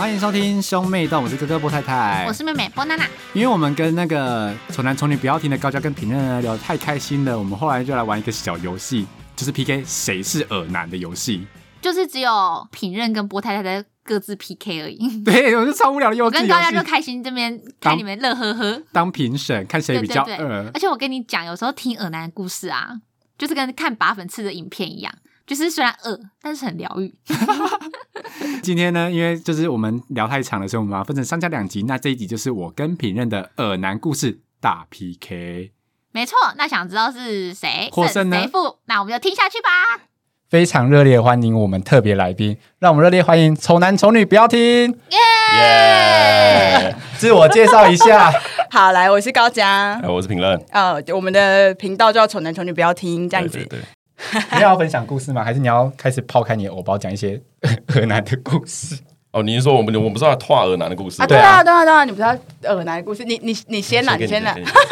欢迎收听兄妹洞，我是哥哥波太太， 我是妹妹波娜娜。 因为我们跟那个丑男丑女不要听的高嘉跟评论聊得太开心了，我们后来就来玩一个小游戏，就是 PK 谁是耳男的游戏， 就是只有品任跟波太太的各自 PK 而已。 对，我就超无聊的幼稚游戏。 我跟高嘉就开心这边看你们乐呵呵， 当评审看谁比较对。而且我跟你讲，有时候听耳男的故事啊，就是跟看拔粉刺的影片一样。就是虽然但是很疗愈。 今天呢，因为就是我们聊太长了，所以我们把它分成上下两集。那这一集就是我跟品任的耳男故事大 PK。 没错，那想知道是谁获胜呢？ 谁负？那我们就听下去吧。 非常热烈欢迎我们特别来宾，让我们热烈欢迎丑男丑女不要听，耶！自我介绍一下。 好，来，我是高嘉， 我是品任。 我们的频道叫丑男丑女不要听，这样子。 对。 你要分享故事吗？还是你要开始抛开你的偶包，讲一些耳男的故事？ 哦，你是说我们不是要拓耳男的故事？ 对啊，你不是要耳男的故事？你先啦，你先啦。等一下，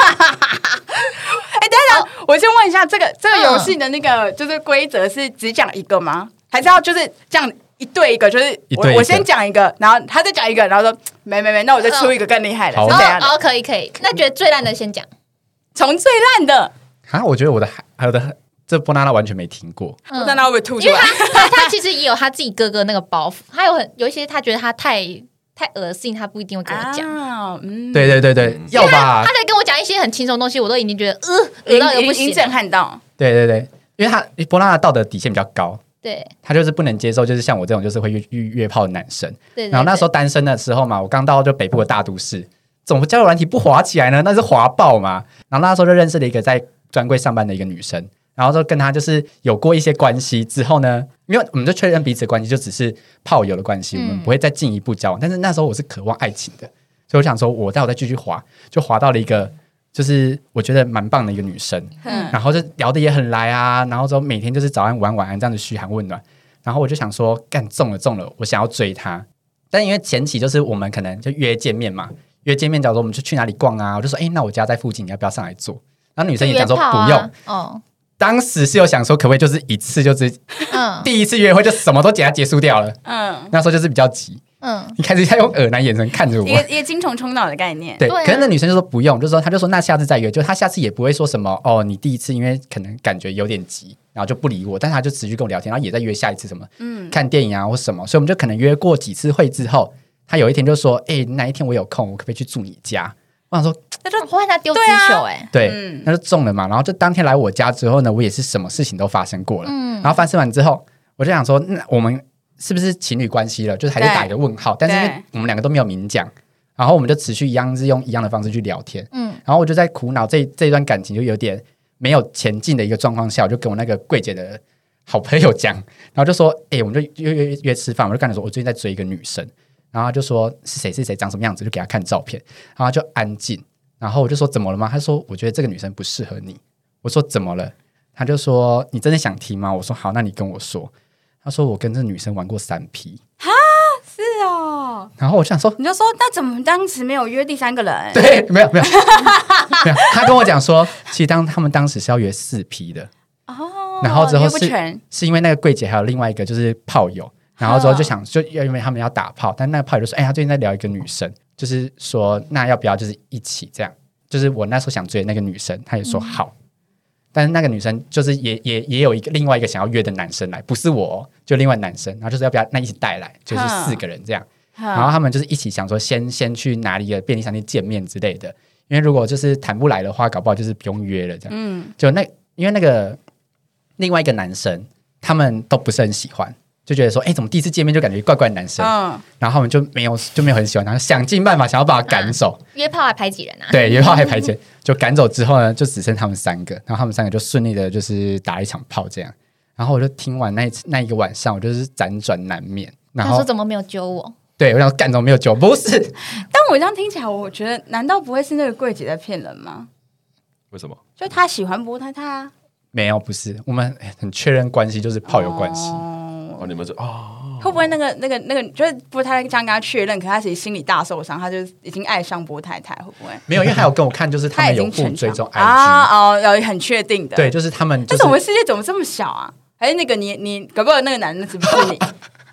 我先问一下，这个游戏的那个就是规则是只讲一个吗？还是要就是这样一对一个？就是我先讲一个，然后他再讲一个，然后说没，那我再出一个更厉害的，是这样的。 可以。那觉得最烂的先讲， 从最烂的啊，我觉得还有的。这波娜娜完全没听过， 波娜娜会不会吐出来？ 因为他其实也有他自己哥哥那个包袱，他有一些他觉得他太恶心，他不一定会跟我讲。 对，要吧？ 他在跟我讲一些很轻松的东西，我都已经觉得恶到一个不行， 已经震撼到。 对，因为波娜娜道德底线比较高， 对， 他就是不能接受，就是像我这种就是会约炮的男生。 对， 然后那时候单身的时候嘛，我刚到就北部的大都市，怎么交友软体不滑起来呢？那是滑爆嘛。然后那时候就认识了一个在专柜上班的一个女生。然后就跟他就是有过一些关系之后呢，因为我们就确认彼此的关系就只是炮友的关系，我们不会再进一步交往。但是那时候我是渴望爱情的，所以我想说我再继续滑，就滑到了一个就是我觉得蛮棒的一个女生，然后就聊得也很来啊，然后之后每天就是早安午安晚安这样子嘘寒问暖，然后我就想说干中了，我想要追她。但因为前期就是我们可能就约见面嘛，约见面假如说我们就去哪里逛啊，我就说那我家在附近，你要不要上来坐？然后女生也讲说不用。当时是有想说可不可以就是一次就第一次约会就什么都给他结束掉了。那时候就是比较急。你开始在用耳男眼神看着我， 一个精虫充脑的概念。 对，可是那女生就说不用，他就说那下次再约，就他下次也不会说什么你第一次因为可能感觉有点急，然后就不理我，但是他就持续跟我聊天，然后也在约下一次什么看电影啊或什么，所以我们就可能约过几次会之后，他有一天就说哪一天我有空，我可不可以去住你家？我想说那就换他丢直球对，那就中了嘛。然后就当天来我家之后呢，我也是什么事情都发生过了。然后发生完之后，我就想说，那我们是不是情侣关系了？就是还是打一个问号。但是因为我们两个都没有明讲，然后我们就持续是用一样的方式去聊天。然后我就在苦恼这一段感情就有点没有前进的一个状况下，我就跟我那个柜姐的好朋友讲，然后就说，我们就约吃饭，我就跟他说，我最近在追一个女生。然后他就说是谁长什么样子，就给他看照片，然后就安静。然后我就说怎么了吗？他说我觉得这个女生不适合你。我说怎么了？他就说你真的想听吗？我说好，那你跟我说。他说我跟这个女生玩过3P。 哈，是哦。 然后我就想说， 你就说那怎么当时没有约第3个人？ 对，没有。他跟我讲说，其实他们当时是要约4P 的。然后之后是因为那个柜姐还有另外一个就是炮友。然后之后就想，就因为他们要打炮，但那个炮友就说：“他最近在聊一个女生，就是说那要不要就是一起这样？”就是我那时候想追的那个女生，她也说好。但是那个女生就是也有另外一个想要约的男生来，不是我，就另外男生，然后就是要不要那一起带来，就是4个人这样。然后他们就是一起想说先去哪里的便利商店见面之类的，因为如果就是谈不来的话，搞不好就是不用约了这样。就因为那个另外一个男生，他们都不是很喜欢。就觉得说，怎么第一次见面就感觉怪怪的男生，然后他们就没有很喜欢他，想尽办法想要把他赶走。 约炮还排挤人啊？ 对，约炮还排挤，就赶走之后呢，就只剩他们3个，然后他们3个就顺利的就是打了一场炮这样。然后我就听完那一个晚上，我就是辗转难眠。然后他说怎么没有揪我？ 对，我想干怎么没有揪？不是， 但我这样听起来，我觉得难道不会是那个柜姐在骗人吗？ 为什么？ 就他喜欢波太太啊？ 没有，不是，我们很确认关系，就是炮友关系。 你们会不会那个就是波太太这样跟他确认，可他其实心里大受伤，他就已经爱上波太太，会不会？ 没有，因为还有跟我看，就是他们有互追踪 IG 有很确定的。 对，就是他们。 但是我们世界怎么这么小啊？还是那个你搞不好那个男的只不是你？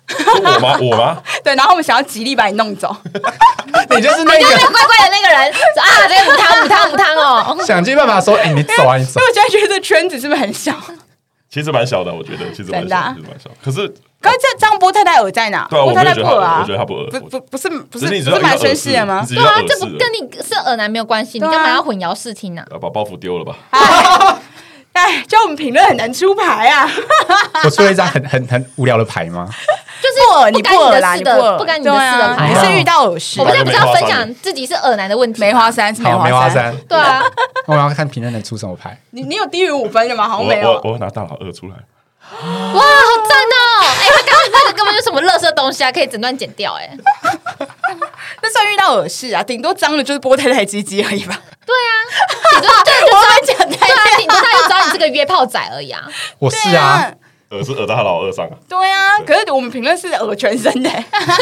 我吗？我吗？ 对，然后我们想要极力把你弄走， 你就是那就没有个乖乖的那个人说啊，这个母汤哦。 想尽办法说，你走啊，你走因为。我现在觉得这圈子是不是很小？ 其实蛮小的，我觉得其实蛮小， 真的啊其实蛮小。可是可是这样波太太耳在哪？ 对啊， 波太我没有觉得他， 太不耳啊我觉，得他不耳， 不只是你知道蛮绅士的吗？ 对啊，这不跟你是耳男没有关系，你对啊干嘛要混淆视听呢？ 把包袱丢了吧？ 哎，叫我们评论很难出牌啊！ 我出了一张很无聊的牌吗？ 就是不耳，你干不耳啦， 你的事的，不干你的事的牌你是遇到耳屎我，们现在不是要分享自己是耳男的问题吗？ 梅花三是好，梅花三， 三。 对啊， 我要看评论能出什么牌。 你有低于5分的吗？好像没有。 我拿大老二出来， 哇，好赞哦！哎，他刚刚那个根本就什么垃圾东西啊，可以整段剪掉哎。 那算遇到耳屎啊，顶多脏的就是波太太鸡鸡而已吧。 对啊，顶多对， 我们讲对啊，顶多他就知道你是个约炮仔而已啊。 我是啊， 耳是耳到他老二上啊。 对啊，可是我们评论是耳全身的。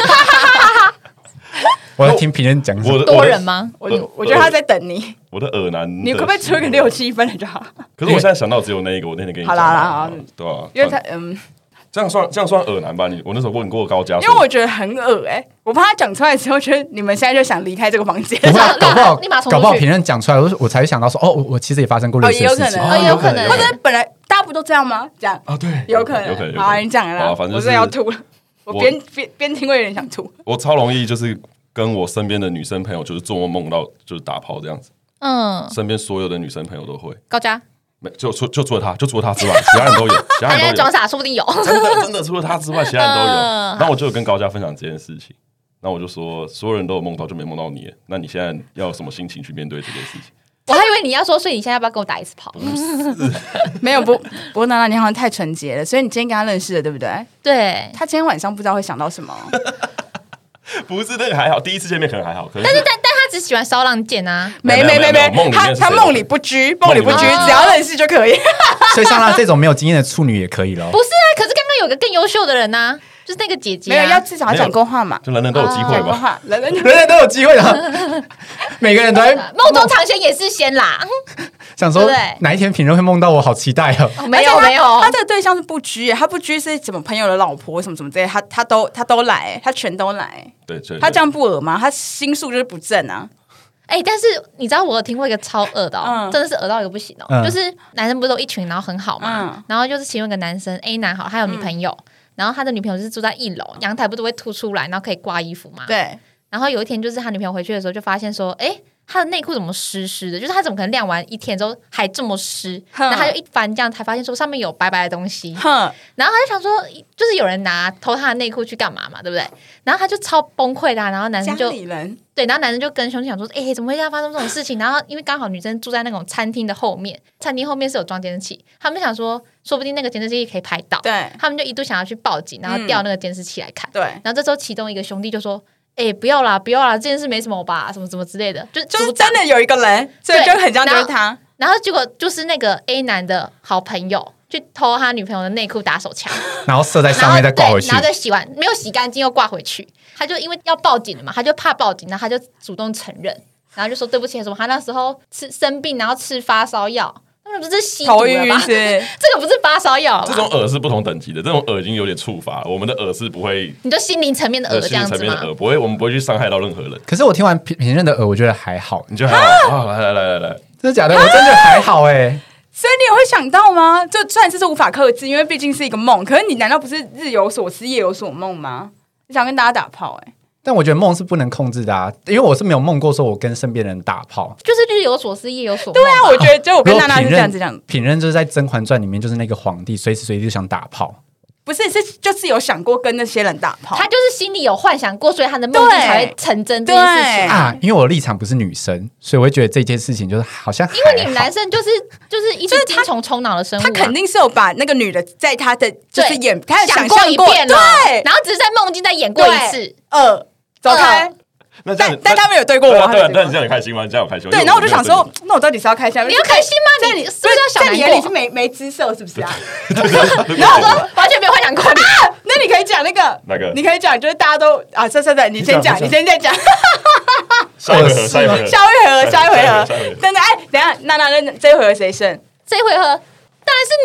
我在听评论讲什么。 多人吗？ 我觉得他在等你， 我的耳男， 你可不可以出一个6-7分的就好？ 可是我现在想到只有那一个，我那天跟你讲， 好啦， 对啊， 因为他这样算耳男吧？我那时候问过高家， 因为我觉得很恶我怕他讲出来之后，觉得你们现在就想离开这个房间。 不会，搞不好立马冲出去搞不好评论讲出来，我才会想到说，哦，我其实也发生过类似的事情。 也有可能或者本来大家不都这样吗？这样啊，对， 有可能。 有可能。 好，你讲了啦， 反正我真的要吐了。我边听会有点想吐。 我超容易就是跟我身边的女生朋友，就是做梦到就是打炮这样子。身边所有的女生朋友都会。 高嘉。 就除了他之外，其他人都有，其他人都有。 装傻，说不定有。 真的，除了他之外，其他人都有。然后我就有跟高嘉分享这件事情，然后我就说，所有人都有梦到，就没梦到你。那你现在要有什么心情去面对这件事情？ 我还以为你要说，所以你现在要不要跟我打一次炮？ 没有，不过娜娜，你好像太纯洁了，所以你今天跟他认识了，对不对？ 对。 他今天晚上不知道会想到什么。 不是那个还好，第一次见面可能还好，但他只喜欢骚浪贱啊！ 没，他梦里不拘，只要认识就可以。 所以像他这种没有经验的处女也可以咯。 不是啊，可是刚刚有个更优秀的人呐，就是那个姐姐。 没有，要至少要讲过话嘛， 就人人都有机会嘛， 人人都有机会的，每个人都在梦中尝鲜也是仙啦。 想说哪一天评论会梦到我，好期待哦！ 没有， 他这个对象是不拘，他不拘是什么朋友的老婆什么什么之类，他都来，他全都来。 对， 他这样不恶吗？他心术就是不正啊。 但是你知道我有听过一个超恶的真的是恶到一个不行就是男生不是都一群，然后很好嘛，然后就是其中一个男生 A 男好，他有女朋友，然后他的女朋友是住在1楼，阳台不是都会凸出来，然后可以挂衣服嘛。 对。 然后有一天就是他女朋友回去的时候，就发现说，他的内裤怎么湿湿的？就是他怎么可能晾完1天之后还这么湿？然后他就一翻这样，才发现说上面有白白的东西。然后他就想说，就是有人偷他的内裤去干嘛嘛，对不对？然后他就超崩溃的然后男生就对，然后男生就跟兄弟讲说，怎么会发生这种事情？然后因为刚好女生住在那种餐厅的后面，餐厅后面是有装监视器，他们就想说，说不定那个监视器可以拍到。 对， 他们就一度想要去报警，然后调那个监视器来看。 对， 然后这时候其中一个兄弟就说。不要啦，这件事没什么吧，什么什么之类的， 就是真的有一个人，所以就很像就是他。 然后结果就是那个 A 男的好朋友去偷他女朋友的内裤打手枪， 然后射在上面再挂回去， 然后再洗完没有洗干净又挂回去。他就因为要报警了嘛，他就怕报警，然后他就主动承认，然后就说对不起，什么他那时候生病，然后吃发烧药。那不是吸毒了吧？这个不是发烧药。 这种耳是不同等级的，这种耳已经有点触发了。我们的耳是不会， 你就心灵层面的耳这样子吗？ 心灵层面的耳不会，我们不会去伤害到任何人。 可是我听完评论的耳，我觉得还好。 你觉得还好？来， 真的假的？我真的觉得还好所以你也会想到吗？就虽然是无法克制，因为毕竟是一个梦，可是你难道不是日有所思夜有所梦吗？你想跟大家打炮但我觉得梦是不能控制的因为我是没有梦过说我跟身边人打炮， 就是日有所思夜有所梦。 对啊，我觉得就我跟娜娜是这样子讲。 品任就是在《甄嬛传》里面就是那个皇帝，随时随地就想打炮。 不是，就是有想过跟那些人打炮， 他就是心里有幻想过，所以他的梦境才会成真这件事情因为我的立场不是女生，所以我会觉得这件事情就是好像因为你们男生就是一只精虫充脑的生物， 他肯定是有把那个女的在他的就是演，他想过一遍了，对，然后只是在梦境再演过一次。 走开。但他们有对过我， 对，那你这样很开心吗？你这样有开心吗？ 对，然后我就想说，那我到底是要开心？ 你要开心吗？你是不是要小难过？ 在你眼里是没姿色，是不是啊？ 然后我说完全没有幻想过你。 那你可以讲那个哪个？ 你可以讲，就是大家都算，你先讲，你先再讲。 下一回合。 等等，等一下，娜娜，这一回合谁胜？ 这一回合当然是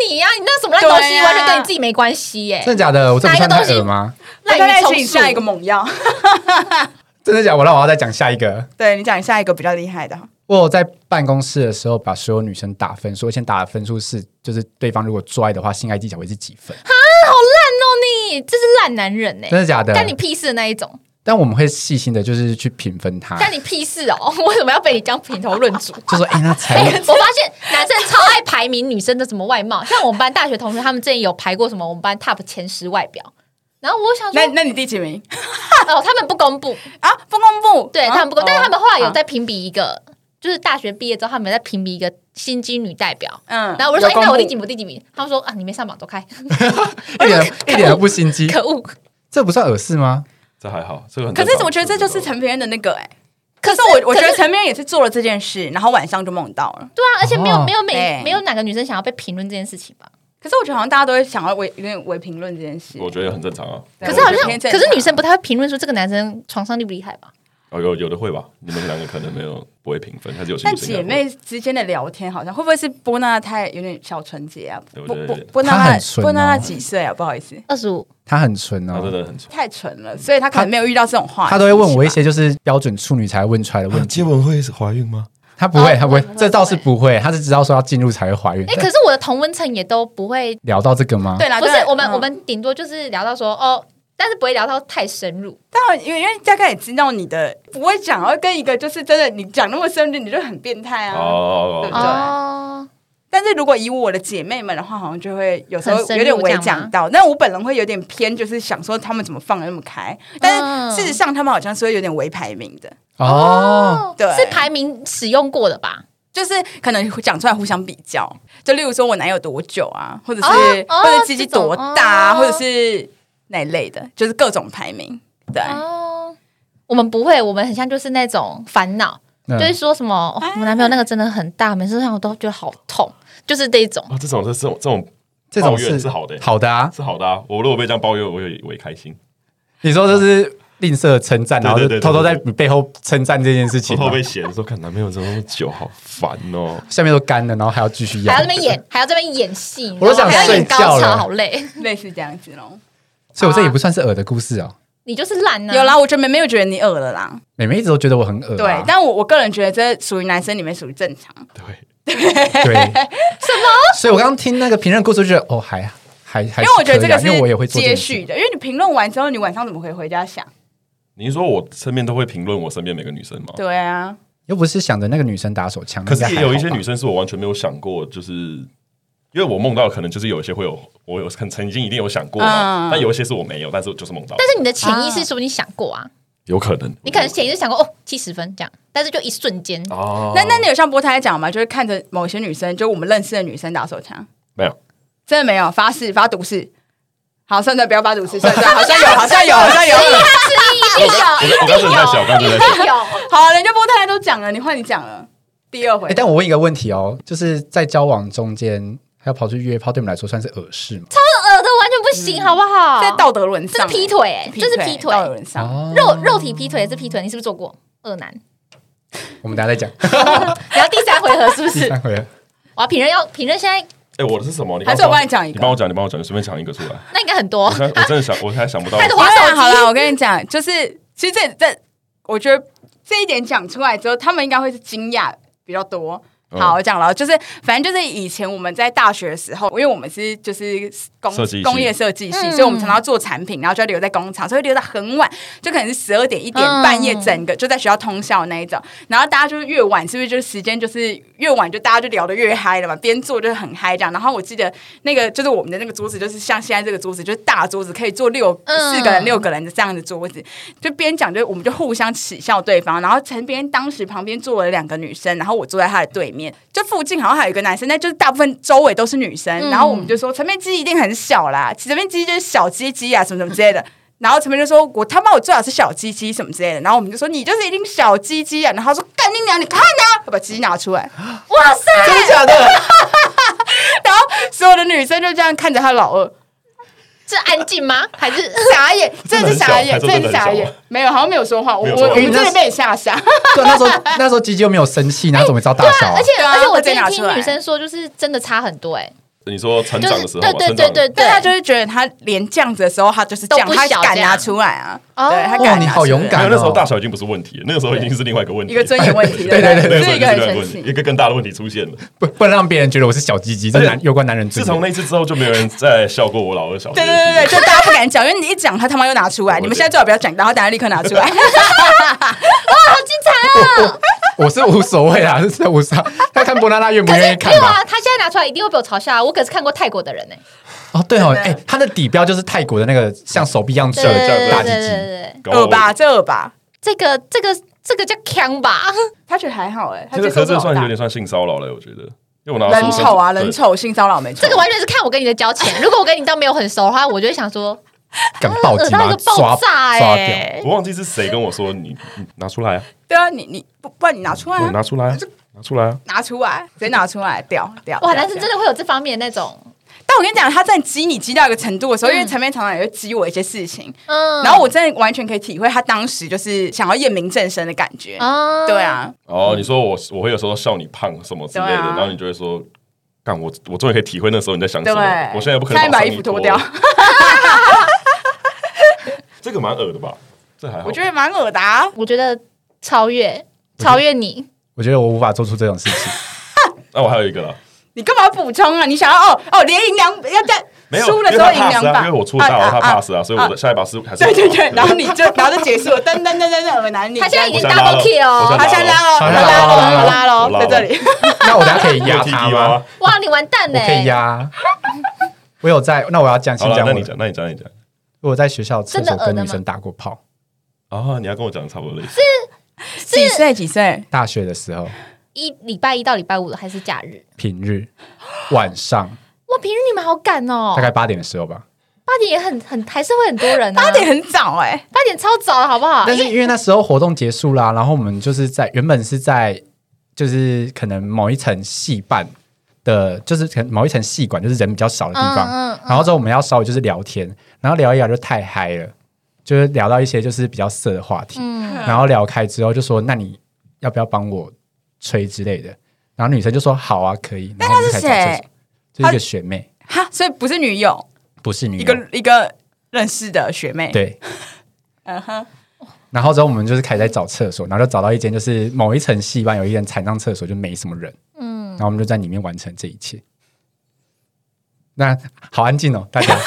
你呀，你那什么烂东西，完全跟你自己没关系耶。 真的假的？我这不算太恶吗？ 那再请下一个猛药。 真的假的？我要再讲下一个。 对，你讲下一个比较厉害的。 我有在办公室的时候把所有女生打分数，而且打的分数是就是对方如果做爱的话，性爱技巧会是几分？ 啊，好烂哦你，这是烂男人呢。 真的假的？ 干你屁事的那一种。 但我们会细心的，就是去评分它。 干你屁事哦！为什么要被你这样评头论足？ 就说那才我发现男生超爱排名女生的什么外貌，像我们班大学同学，他们之前有排过什么我们班 top 前10外表。然后我想说， 那你第几名？ 他们不公布啊，不公布。 对他们不公布，但是他们后来有在评比一个，就是大学毕业之后，他们在评比一个心机女代表。然后我就说，那我第几名？他们说啊，你没上榜，走开。 一点都不心机， 可恶！ 这不算恶事吗？ 这还好，这个很。 可是我觉得这就是陈平恩的那个可是我觉得陈平恩也是做了这件事，然后晚上就梦到了。 对啊，而且没有哪个女生想要被评论这件事情吧？ 可是我觉得好像大家都会想要有点为评论这件事。 我觉得很正常啊。 可是女生不太会评论说这个男生床上厉不厉害吧？ 有的会吧？你们两个可能不会评分，还是有些但姐妹之间的聊天好像会不会是波娜太有点小纯洁啊？波娜娜几岁啊？不好意思 ，25。 她很纯哦， 她真的很纯， 太纯了，所以她可能没有遇到这种话。 她都会问我一些就是标准处女才会问出来的问题。 接吻会怀孕吗？ 她不会，这倒是不会，她是知道说要进入才会怀孕。 可是我的同温层也都不会聊到这个吗？ 对啦， 不是我们顶多就是聊到说但是不会聊到太深入。 但因为大概也知道你的不会讲，要跟一个就是真的你讲那么深入，你就很变态啊，对不对？但是如果以我的姐妹们的话，好像就会有时候有点微讲到，但我本人会有点偏，就是想说他们怎么放得那么开，但是事实上他们好像是会有点微排名的对， 是排名使用过的吧？ 就是可能讲出来互相比较，就例如说我男友多久啊，或者是或者鸡鸡多大，或者是那一类的，就是各种排名。对， 我们不会，我们很像就是那种烦恼，就是说什么我男朋友那个真的很大，每次让我都觉得好痛，就是这种。 这种是好的， 好的啊， 是好的啊。我如果被这样抱怨，我也开心。 你说就是吝啬称赞，然后就偷偷在你背后称赞这件事情， 偷偷被嫌说看男朋友怎么那么久，好烦哦。 下面都干了，然后还要继续要， 还要这边演戏， 我都想睡觉了， 好累， 类似这样子咯。 所以我这也不算是恶的故事哦。 你就是烂啊！ 有啦，我觉得妹妹觉得你恶了啦。 妹妹一直都觉得我很恶， 对，但我个人觉得这属于男生里面属于正常。 对，什么？ 所以我刚刚听那个评论故事，就觉得还，因为我觉得这个是因为我也会做接续的，因为你评论完之后，你晚上怎么可以回家想？ 你是说我身边都会评论我身边每个女生吗？ 对啊， 又不是想着那个女生打手枪， 可是也有一些女生是我完全没有想过，就是因为我梦到可能就是有一些我有曾经一定有想过嘛，但有一些是我没有，但是就是梦到。 但是你的潜意识说不定想过啊， 有可能， 你可能潜意识想过70分这样，但是就一瞬间。 那你有像波太讲吗？就是看着某些女生，就我们认识的女生打手枪， 没有， 真的没有，发毒誓。好，算了，不要发毒誓，算了，好像有，好像有。 一定有， 我刚才在想， 好，人家波太都讲了，你换你讲了，第二回。 但我问一个问题哦，就是在交往中间还要跑去约炮，对你们来说算是恶事吗？ 超恶的，完全不行，好不好？ 在道德沦丧， 这是劈腿，这是劈腿， 道德沦丧。 肉体劈腿也是劈腿，你是不是做过？恶男。 我们等一下再讲。 然后第3回合是不是？ 第3回合。 哇，评论现在。 我的是什么？ 还是我帮你讲一个？ 你帮我讲，你随便讲一个出来。 那应该很多。 我真的我还想不到。 开始滑手机。 好了，我跟你讲，就是其实这，我觉得这一点讲出来之后，他们应该会是惊讶比较多。好，我讲了，就是反正就是以前我们在大学的时候，因为我们是就是工业设计系，所以我们常常做产品，然后就要留在工厂，所以留到很晚，就可能是12点1点半夜，整个就在学校通宵那一种。然后大家就是越晚，是不是就是时间就是越晚，就大家就聊得越嗨了嘛？边做就是很嗨这样。然后我记得那个就是我们的那个桌子，就是像现在这个桌子，就是大桌子，可以坐4个人、6个人的这样的桌子。就边讲，就我们就互相耻笑对方。然后陈边当时旁边坐了2个女生，然后我坐在她的对面。就附近好像还有一个男生，但就是大部分周围都是女生，然后我们就说陈边鸡一定很小啦，陈边鸡就是小鸡鸡啊，什么什么之类的。然后陈边就说我他妈我最好是小鸡鸡什么之类的。然后我们就说你就是一定小鸡鸡啊。然后他说干你娘，你看啊，我把鸡鸡拿出来， 哇塞， 真的假的？ 然后所有的女生就这样看着他老二。 是安静吗？还是傻眼？真的是傻眼，真的是傻眼。没有，好像没有说话。我们真的被你吓傻。 对，那时候鸡鸡又没有生气，然后怎么知道大小？ 而且我今天听女生说，就是真的差很多。 你说成长的时候嘛， 对， 他就是觉得他连这样子的时候，他就是这样，他敢拿出来啊。对，他敢。 你好勇敢。 那时候大小已经不是问题了，那个时候已经是另外一个问题， 一个尊严问题。 对， 是一个很神奇， 一个更大的问题出现了。 不能让别人觉得我是小鸡鸡，这有关男人。 自从那次之后，就没有人再笑过我老二小。 对，就大家不敢讲，因为你一讲，他妈又拿出来。你们现在最好不要讲，然后等下立刻拿出来。哇， 好精彩啊！ 我是无所谓啦，是无所谓。他看波娜娜愿不愿意看？ 没有啊，他现在拿出来一定会被我嘲笑。我可是看过泰国的人呢。 哦，对哦，他的底标就是泰国的那个像手臂一样折的大鸡鸡， 耳吧，这耳吧， 这个叫强吧？ 他觉得还好哎， 这个算有点算性骚扰了，我觉得。因为我人丑啊，人丑性骚扰没错。 这个完全是看我跟你的交情。如果我跟你到没有很熟的话，我就会想说， 敢报警吗？ 爆炸刷掉！ 我忘记是谁跟我说，你拿出来啊！ 对啊，你不然你拿出来啊！ 拿出来啊！拿出来啊！ 拿出来，直接拿出来，掉。 哇，男生真的会有这方面的那种。 但我跟你讲，他在激你激到一个程度的时候，因为陈面常常也会激我一些事情，然后我真的完全可以体会他当时就是想要验明正身的感觉。对啊， 你说我会有时候笑你胖什么之类的，然后你就会说，干我终于可以体会那时候你在想什么。我现在不可能把衣服脱掉。 这个蛮恶的吧？这还好， 我觉得蛮恶的啊。 我觉得超越你， 我觉得我无法做出这种事情。 那我还有一个啦。 你干嘛补充啊？你想要连赢两要在输的时候赢2把， 因为我出大他 pass 啊，所以我的下一把是还是对，然后然后就结束了，噔耳男女。 他现在已经 double kill 哦， 他现在拉喽，在这里。 那我等下可以压他吗？ 哇，你完蛋嘞！ 我可以压。我有在，那我要先讲。 那你讲。 我在学校厕所跟女生打过炮。 你要跟我讲差不多类似。 几岁？ 大学的时候。 礼拜一到礼拜五还是假日？ 平日晚上。 哇，平日你们好赶哦！ 大概8点的时候吧。 8点也很还是会很多人啊。 8点很早8 点超早了，好不好？ 但是因为那时候活動结束啦，然后我们就是原本是在就是可能某一层系办的，就是可能某一层系馆，就是人比较少的地方。然后之后我们要稍微就是聊天，然后聊一聊就太嗨了，就是聊到一些就是比较色的话题。然后聊开之后就说：“那你要不要帮我吹之类的？”然后女生就说：“好啊，可以。”然后我们就开始找厕所，就是一个学妹。 哈，所以不是女友， 不是女友， 一个认识的学妹。 对，然后之后我们就是开始在找厕所，然后就找到一间就是某一层系班有一间残障厕所，就没什么人。然后我们就在里面完成这一切。那好安静哦，大家。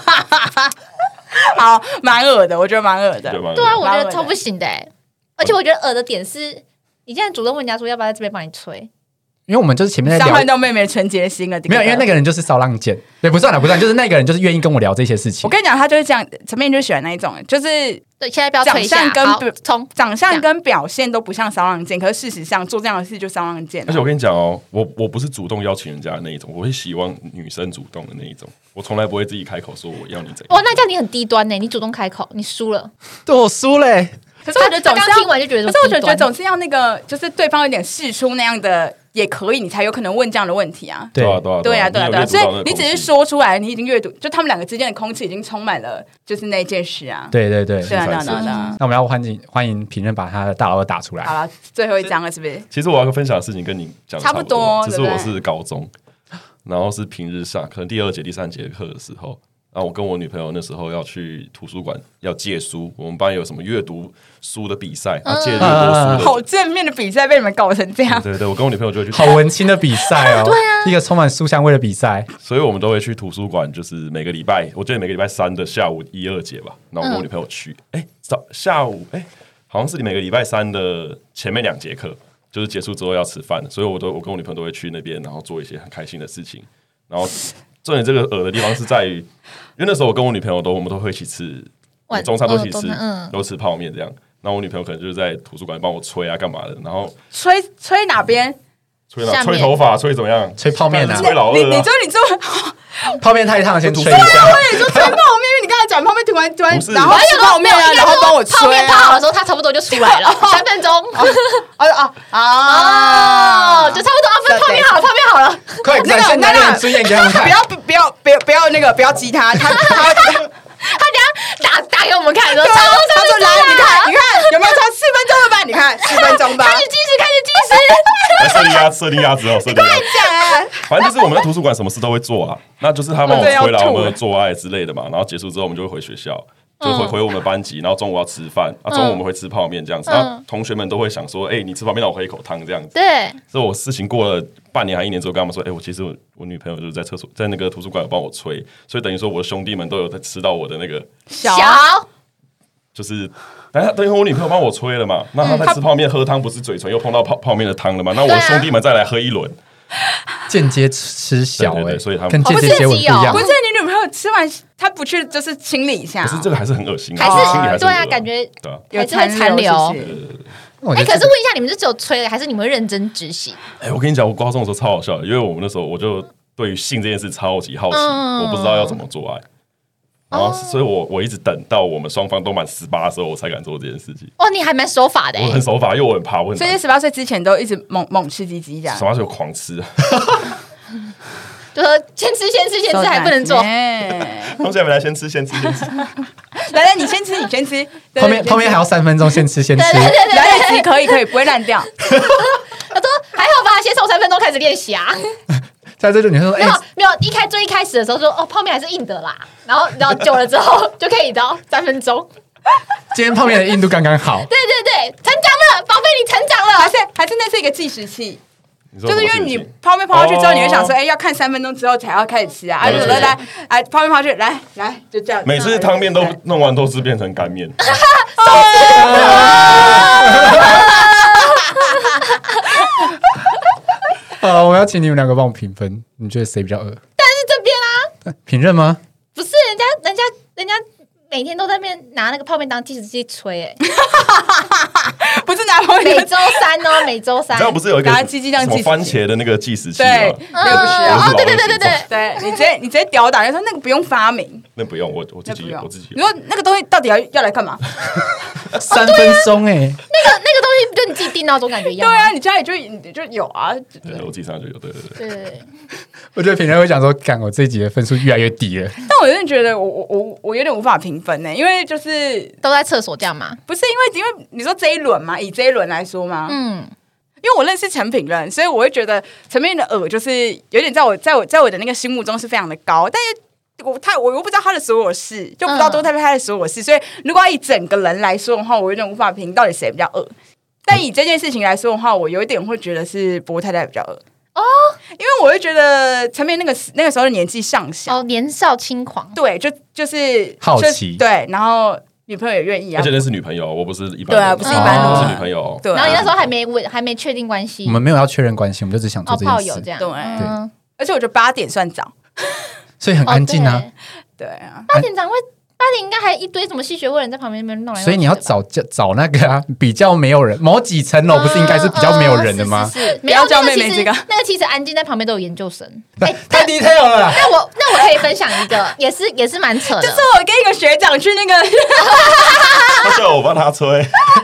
好，蛮恶的，我觉得蛮恶的。 对啊，我觉得超不行的而且我觉得恶的点是，你现在主动问人家说要不要在这边帮你吹。 因为我们就是前面在聊伤害到妹妹纯洁的心了。 没有，因为那个人就是骚浪贱，对，不算，就是那个人就是愿意跟我聊这些事情。 我跟你讲，他就是这样，陈面就喜欢那一种，就是对，现在不要吹一下， 长相跟表现都不像骚浪贱，可是事实上做这样的事就骚浪贱。 而且我跟你讲哦，我不是主动邀请人家的那一种，我会希望女生主动的那一种，我从来不会自己开口说我要你怎样。 哇，那这样你很低端呢，你主动开口，你输了。 对，我输嘞。 可是我觉得总是听完就觉得， 可是我觉得总是要那个，就是对方有点释出那样的。也可以，你才有可能问这样的问题啊！ 对啊， 所以你只是说出来，你已经阅读，就他们两个之间的空气已经充满了，就是那件事啊！ 对， 那我们要欢迎评论把他的大老二打出来。 好了，最后一章了，是不是？ 其实我要分享的事情跟你讲差不多， 只是我是高中，然后是平日上，可能第2节、第3节课的时候。然后我跟我女朋友那时候要去图书馆要借书，我们班有什么阅读书的比赛，借阅读书好正面的比赛被你们搞成这样。 对，我跟我女朋友就会去， 好文青的比赛哦。对啊，一个充满书香味的比赛。 所以我们都会去图书馆，就是每个礼拜，我记得每个礼拜3的下午1、2节吧。然后我跟我女朋友去，下午好像是每个礼拜3的前面2节课，就是结束之后要吃饭，所以我跟我女朋友都会去那边，然后做一些很开心的事情，然后。重点这个恶的地方是在于，因为那时候我跟我女朋友我们都会一起吃中餐，都一起吃，都吃泡面这样。然后我女朋友可能就是在图书馆帮我吹啊干嘛的，然后吹哪边？ 吹头发，吹怎么样？ 吹泡面啊！ 吹老二啊！ 你做泡面太烫，先吹一下。 你说吹泡面，因为你刚才讲泡面，突然，然后吃泡面啊，然后帮我吹。 泡面烫好的时候，它差不多就出来了，3分钟。就差不多泡面好了。 快，展现男人尊严给他们看。 不要那个，不要激他，他等下打给我们看，说来，你看有没有差4分钟了吧？ 你看10分钟吧， 开始计时， 设定压之后，设定压。反正就是我们在图书馆什么事都会做啊，那就是他帮我催了我们做爱之类的嘛，然后结束之后我们就会回学校。就回我们班级，然后中午要吃饭，中午我们会吃泡面这样子，然后同学们都会想说，你吃泡面让我喝一口汤这样子。 对， 所以我事情过了半年还1年之后，跟他们说，我其实我女朋友就是在厕所，在那个图书馆有帮我吹，所以等于说我的兄弟们都有在吃到我的那个小， 就是等于我女朋友帮我吹了嘛，那她在吃泡面喝汤，不是嘴唇又碰到泡面的汤了嘛？那我的兄弟们再来喝一轮。 间接吃小所以他们跟间接接吻不一样。 不是你女朋友吃完，她不去就是清理一下？ 可是这个还是很恶心， 还是对啊，感觉有还是会残留。可是问一下，你们是只有吹了，还是你们会认真执行？ 我跟你讲，我高中的时候超好笑的，因为我们那时候我就对于性这件事超级好奇，我不知道要怎么做爱。然后，所以我一直等到我们双方都满18的时候，我才敢做这件事情。 你还蛮守法的。 我很守法，因为我很怕问。 所以18岁之前都一直猛吃鸡鸡这样。 18岁狂吃， 就说先吃，还不能做。 同学们来先吃。 来，你先吃。 泡面还要3分钟，先吃。 对， 来得及，可以，不会烂掉。 他说还好吧，先从3分钟开始练习啊。 在这就你说没有，最一开始的时候说泡面还是硬的啦，然后久了之后就可以到3分钟。 今天泡面的硬度刚刚好。 对，成长了，宝贝，你成长了。 还是那是一个计时器， 就是因为你泡面泡下去之后，你会想说，要看3分钟之后才要开始吃啊。来，泡面泡下去，来，就这样。 每次汤面都弄完都是变成干面。 我要请你们2个帮我评分，你觉得谁比较恶？ 但是这边啊， 评论吗？ 不是，人家每天都在那边拿那个泡面当计时器吹， 不是拿泡面， 每周3。 这样不是有一个什么番茄的那个计时器吗？ 那个不需要。 对， 你直接吊打，就说那个不用发明。 那不用，我自己。 你说那个东西到底要来干嘛 ？3分钟那个东西不就你自己定闹钟感觉一样？ 对啊，你家里就有啊。 对，我自己上就有。对。 我觉得评论会讲说，干我这一集的分数越来越低了。 但我真的觉得我有点无法评分呢，因为就是都在厕所这样嘛。 不是因为你说这一轮嘛，以这一轮来说嘛，因为我认识陈品任，所以我会觉得陈品任的耳就是有点在我的那个心目中是非常的高，但是。我又不知道他的所有事，就不知道多太太的所有事，所以如果要以整个人来说的话，我有点无法评到底谁比较恶。但以这件事情来说的话，我有一点会觉得是波太太比较恶因为我会觉得陈明那个时候的年纪尚小， 年少轻狂， 对，就是好奇， 对，然后女朋友也愿意啊， 而且那是女朋友，我不是一般人， 对啊，不是一般人， 我是女朋友， 对。 然后你那时候还没确定关系， 我们没有要确认关系，我们就只想做这件事， 炮友这样， 对。而且我觉得8点算早。 所以很安静啊， 对啊 ，8点应该还一堆什么吸血鬼人在旁边那边弄来弄去， 所以你要找那个比较没有人，某几层楼不是应该是比较没有人的吗？ 是， 不要叫妹妹这个， 那个其实安静在旁边都有研究生， 太 detail 了啦。 那我可以分享一个，也是蛮扯的， 就是我跟一个学长去那个， 他叫我帮他吹。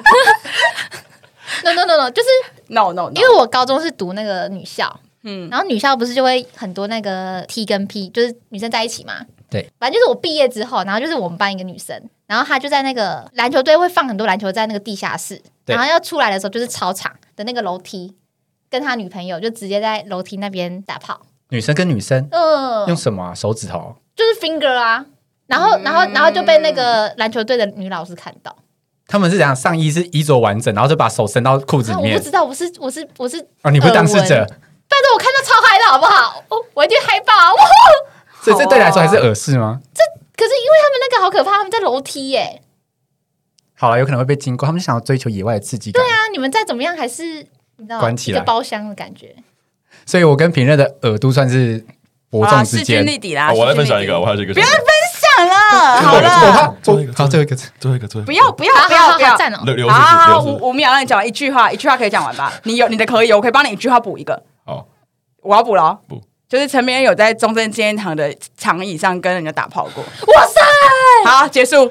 No， 就是 No， 因为我高中是读那个女校。然后女校不是就会很多那个 T 跟 P， 就是女生在一起嘛。 对， 反正就是我毕业之后，然后就是我们班一个女生，然后她就在那个篮球队会放很多篮球在那个地下室，然后要出来的时候就是操场的那个楼梯，跟他女朋友就直接在楼梯那边打炮。 女生跟女生，用什么手指头？ 就是 finger 啊，然后就被那个篮球队的女老师看到。 他们是怎样？上衣是衣着完整，然后就把手伸到裤子里面。 我不知道，我是哦，你不是当事者。 但是我看到超嗨的好不好？我一定嗨爆！ 所以这对你来说还是耳饰吗？ 可是因为他们那个好可怕，他们在楼梯耶。 好了，有可能会被经过，他们就想要追求野外的刺激感。 对啊，你们再怎么样还是你知道关起来一个包厢的感觉。 所以我跟平任的耳度算是伯仲之间。 势均力敌啦。 我来分享一个，我还有一个。 不要分享了，好了， 好，最后一个， 不要， 赞哦。 好，5秒让你讲完一句话可以讲完吧？你的可以，我可以帮你一句话补一个。 好， 我要补了。 补。 就是陈明恩有在中正纪念堂的长椅上跟人家打炮过。 哇塞！ 好，结束。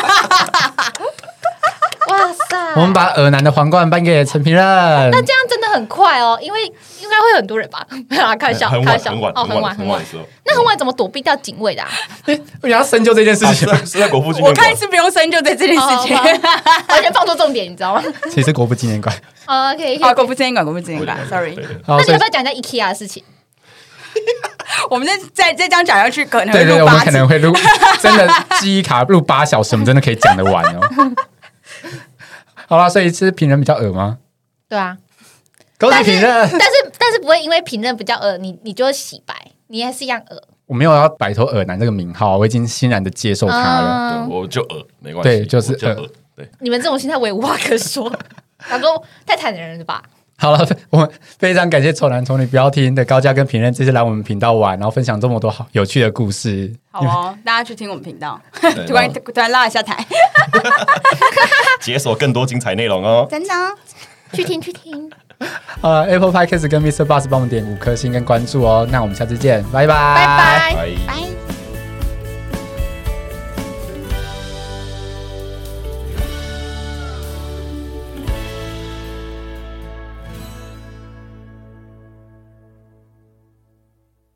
哇塞！ 我们把耳男的皇冠颁给陈平任。 那这样真的很快哦，因为应该会很多人吧？开玩笑， 很晚，很晚， 很晚的时候。那很晚怎么躲避掉警卫的？ 我想要深究这件事情， 是在国父纪念馆。 我看是不用深究这件事情， 完全放错重点，你知道吗？ 其实国父纪念馆。 OK， 国父纪念馆 ，Sorry。 那你要不要讲一下 IKEA 的事情？ 我们再这样讲下去，可能对，我们可能会录真的记忆卡录8小时，我们真的可以讲得完哦。好啦，所以是评论比较恶吗？ 对啊， 恭喜评论。 但是不会因为评论比较恶，你就会洗白，你还是一样恶。 我没有要摆脱恶男这个名号，我已经欣然的接受他了。 对，我就恶，没关对， 系， 就是恶。对， 你们这种心态我也无话可说。他说太坦然了吧？ 好了，我们非常感谢丑男丑女不要听的高嘉跟评论这次来我们频道玩，然后分享这么多好有趣的故事。 好哦，大家去听我们频道，突然拉一下台， 解锁更多精彩内容哦。 真的， 去听。 Apple Podcast 跟 Mr. Bus 帮我们点5颗星跟关注哦。那我们下次见，拜拜， 拜拜。 拜。